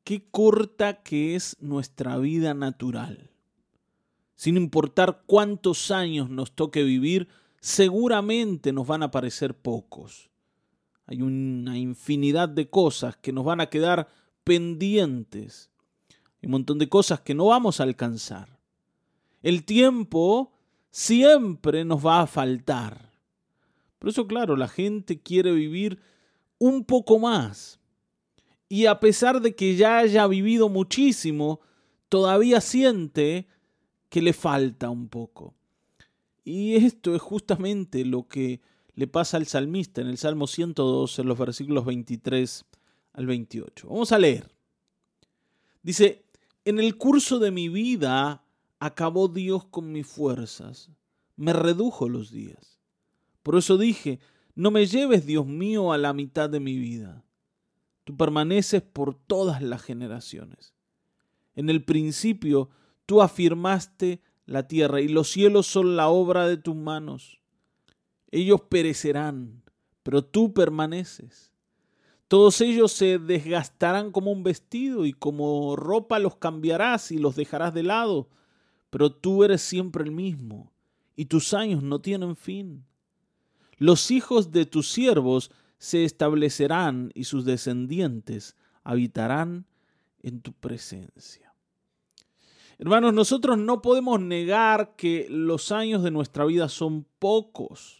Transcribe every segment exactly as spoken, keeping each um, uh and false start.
qué corta que es nuestra vida natural. Sin importar cuántos años nos toque vivir, seguramente nos van a parecer pocos. Hay una infinidad de cosas que nos van a quedar pendientes. Hay un montón de cosas que no vamos a alcanzar. El tiempo siempre nos va a faltar. Por eso, claro, la gente quiere vivir un poco más. Y a pesar de que ya haya vivido muchísimo, todavía siente que le falta un poco. Y esto es justamente lo que le pasa al salmista en el Salmo ciento dos, en los versículos veintitrés al veintiocho. Vamos a leer. Dice: en el curso de mi vida acabó Dios con mis fuerzas, me redujo los días. Por eso dije: no me lleves, Dios mío, a la mitad de mi vida. Tú permaneces por todas las generaciones. En el principio tú afirmaste la tierra y los cielos son la obra de tus manos. Ellos perecerán, pero tú permaneces. Todos ellos se desgastarán como un vestido y como ropa los cambiarás y los dejarás de lado, pero tú eres siempre el mismo y tus años no tienen fin. Los hijos de tus siervos se establecerán y sus descendientes habitarán en tu presencia. Hermanos, nosotros no podemos negar que los años de nuestra vida son pocos.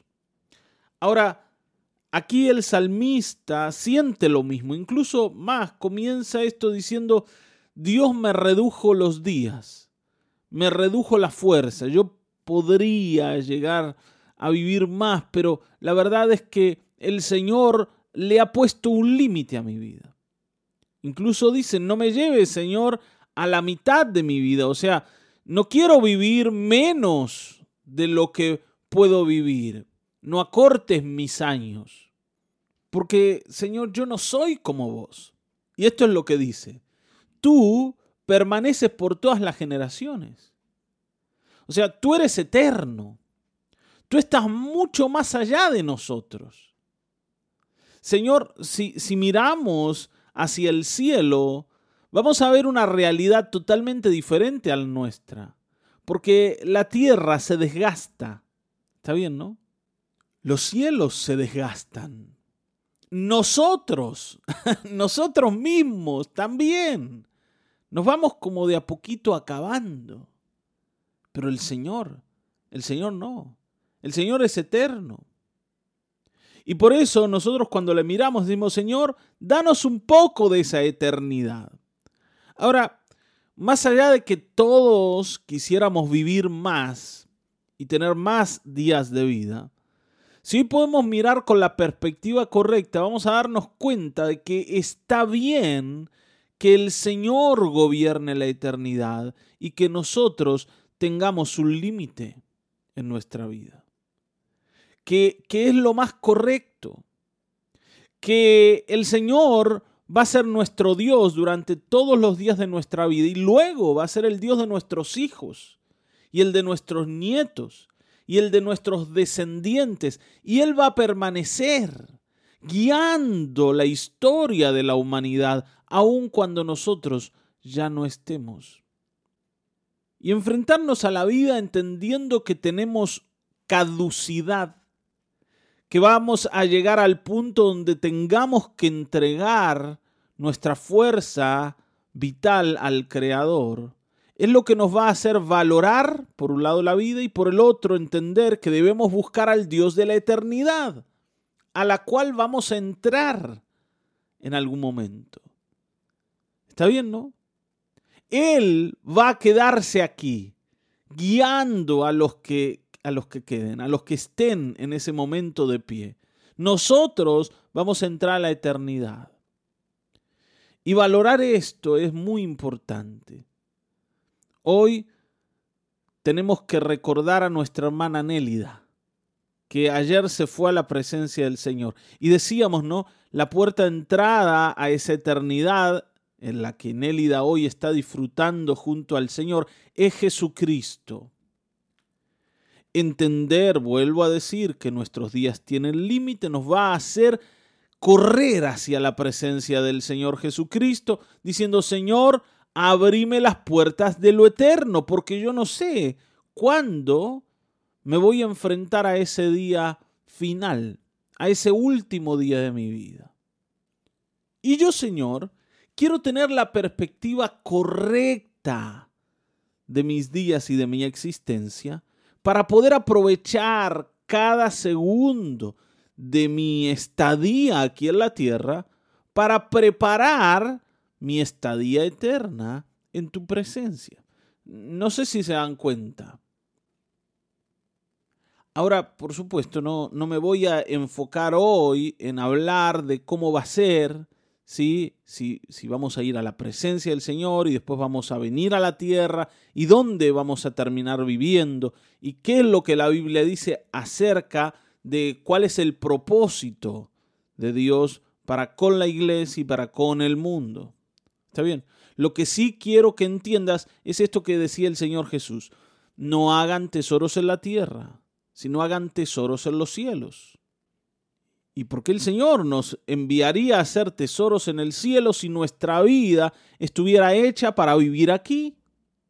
Ahora, aquí el salmista siente lo mismo, incluso más. Comienza esto diciendo: Dios me redujo los días, me redujo la fuerza. Yo podría llegar a vivir más, pero la verdad es que el Señor le ha puesto un límite a mi vida. Incluso dice: no me lleves, Señor, a la mitad de mi vida. O sea, no quiero vivir menos de lo que puedo vivir. No acortes mis años. Porque, Señor, yo no soy como vos. Y esto es lo que dice: tú permaneces por todas las generaciones. O sea, tú eres eterno. Tú estás mucho más allá de nosotros. Señor, si, si miramos hacia el cielo, vamos a ver una realidad totalmente diferente a la nuestra. Porque la tierra se desgasta. ¿Está bien, no? Los cielos se desgastan. Nosotros, nosotros mismos también. Nos vamos como de a poquito acabando. Pero el Señor, el Señor no. El Señor es eterno. Y por eso nosotros cuando le miramos decimos: Señor, danos un poco de esa eternidad. Ahora, más allá de que todos quisiéramos vivir más y tener más días de vida, si podemos mirar con la perspectiva correcta, vamos a darnos cuenta de que está bien que el Señor gobierne la eternidad y que nosotros tengamos un límite en nuestra vida. Que, que es lo más correcto, que el Señor va a ser nuestro Dios durante todos los días de nuestra vida y luego va a ser el Dios de nuestros hijos y el de nuestros nietos y el de nuestros descendientes, y Él va a permanecer guiando la historia de la humanidad aun cuando nosotros ya no estemos. Y enfrentarnos a la vida entendiendo que tenemos caducidad, que vamos a llegar al punto donde tengamos que entregar nuestra fuerza vital al Creador, es lo que nos va a hacer valorar, por un lado, la vida y por el otro, entender que debemos buscar al Dios de la eternidad, a la cual vamos a entrar en algún momento. ¿Está bien, no? Él va a quedarse aquí, guiando a los que a los que queden, a los que estén en ese momento de pie. Nosotros vamos a entrar a la eternidad. Y valorar esto es muy importante. Hoy tenemos que recordar a nuestra hermana Nélida, que ayer se fue a la presencia del Señor. Y decíamos, ¿no? La puerta de entrada a esa eternidad en la que Nélida hoy está disfrutando junto al Señor es Jesucristo. Entender, vuelvo a decir, que nuestros días tienen límite nos va a hacer correr hacia la presencia del Señor Jesucristo, diciendo, Señor, abrime las puertas de lo eterno, porque yo no sé cuándo me voy a enfrentar a ese día final, a ese último día de mi vida. Y yo, Señor, quiero tener la perspectiva correcta de mis días y de mi existencia para poder aprovechar cada segundo de mi estadía aquí en la tierra para preparar mi estadía eterna en tu presencia. No sé si se dan cuenta. Ahora, por supuesto, no, no me voy a enfocar hoy en hablar de cómo va a ser, ¿sí? Si, si vamos a ir a la presencia del Señor y después vamos a venir a la tierra y dónde vamos a terminar viviendo y qué es lo que la Biblia dice acerca de cuál es el propósito de Dios para con la iglesia y para con el mundo. ¿Está bien? Lo que sí quiero que entiendas es esto que decía el Señor Jesús. No hagan tesoros en la tierra, sino hagan tesoros en los cielos. ¿Y por qué el Señor nos enviaría a hacer tesoros en el cielo si nuestra vida estuviera hecha para vivir aquí?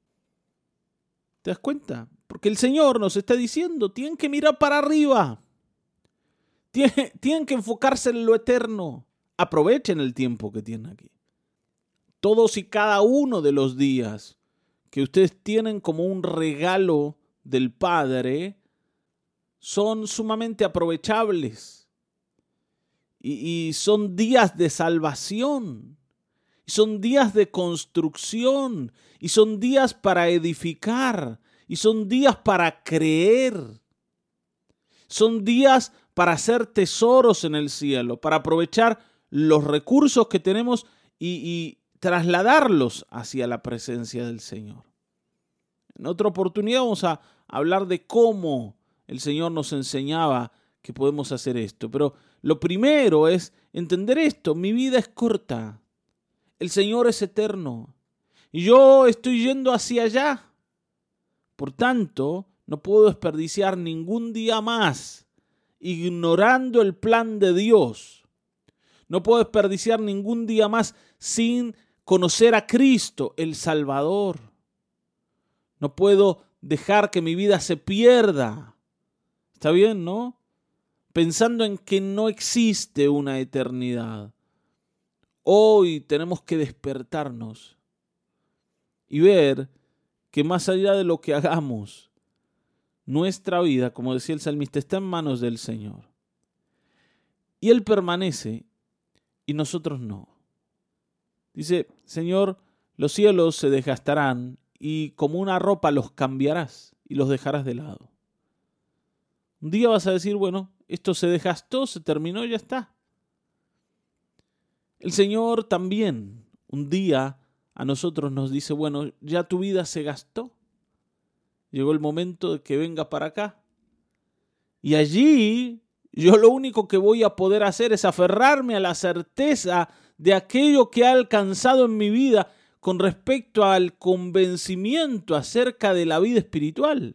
¿Te das cuenta? Porque el Señor nos está diciendo, tienen que mirar para arriba. Tienen, tienen que enfocarse en lo eterno. Aprovechen el tiempo que tienen aquí. Todos y cada uno de los días que ustedes tienen como un regalo del Padre son sumamente aprovechables y, y son días de salvación, y son días de construcción, y son días para edificar, y son días para creer, son días para hacer tesoros en el cielo, para aprovechar los recursos que tenemos y, y trasladarlos hacia la presencia del Señor. En otra oportunidad vamos a hablar de cómo el Señor nos enseñaba que podemos hacer esto. Pero lo primero es entender esto. Mi vida es corta. El Señor es eterno. Y yo estoy yendo hacia allá. Por tanto, no puedo desperdiciar ningún día más ignorando el plan de Dios. No puedo desperdiciar ningún día más sin conocer a Cristo, el Salvador. No puedo dejar que mi vida se pierda. ¿Está bien, no? Pensando en que no existe una eternidad. Hoy tenemos que despertarnos y ver que más allá de lo que hagamos, nuestra vida, como decía el salmista, está en manos del Señor. Y Él permanece y nosotros no. Dice, Señor, los cielos se desgastarán y como una ropa los cambiarás y los dejarás de lado. Un día vas a decir, bueno, esto se desgastó, se terminó, ya está. El Señor también un día a nosotros nos dice, bueno, ya tu vida se gastó. Llegó el momento de que venga para acá. Y allí yo lo único que voy a poder hacer es aferrarme a la certeza de aquello que ha alcanzado en mi vida con respecto al convencimiento acerca de la vida espiritual.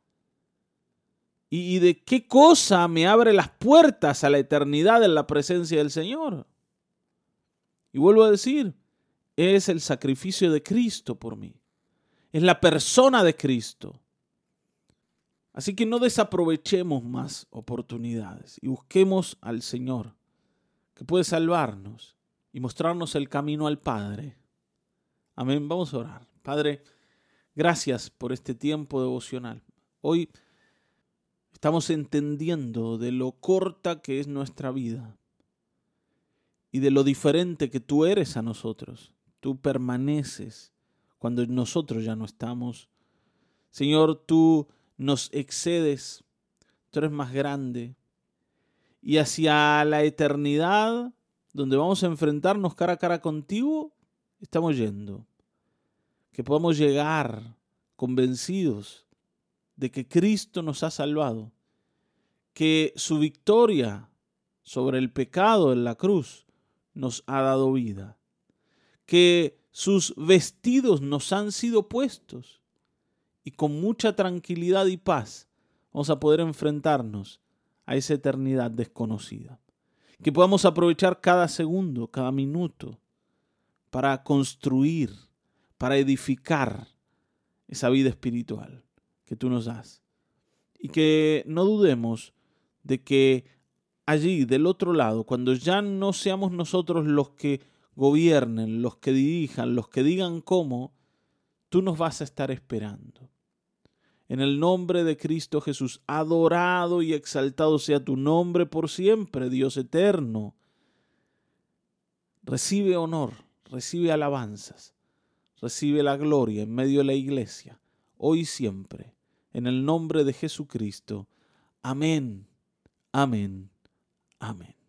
Y de qué cosa me abre las puertas a la eternidad en la presencia del Señor. Y vuelvo a decir, es el sacrificio de Cristo por mí. Es la persona de Cristo. Así que no desaprovechemos más oportunidades y busquemos al Señor, que puede salvarnos y mostrarnos el camino al Padre. Amén. Vamos a orar. Padre, gracias por este tiempo devocional. Hoy estamos entendiendo de lo corta que es nuestra vida y de lo diferente que tú eres a nosotros. Tú permaneces cuando nosotros ya no estamos. Señor, tú nos excedes, tú eres más grande. Y hacia la eternidad, donde vamos a enfrentarnos cara a cara contigo, estamos yendo. Que podamos llegar convencidos de que Cristo nos ha salvado, que su victoria sobre el pecado en la cruz nos ha dado vida, que sus vestidos nos han sido puestos y con mucha tranquilidad y paz vamos a poder enfrentarnos a esa eternidad desconocida. Que podamos aprovechar cada segundo, cada minuto para construir, para edificar esa vida espiritual que tú nos das. Y que no dudemos de que allí, del otro lado, cuando ya no seamos nosotros los que gobiernen, los que dirijan, los que digan cómo, tú nos vas a estar esperando. En el nombre de Cristo Jesús, adorado y exaltado sea tu nombre por siempre, Dios eterno. Recibe honor, recibe alabanzas, recibe la gloria en medio de la iglesia, hoy y siempre, en el nombre de Jesucristo. Amén, amén, amén.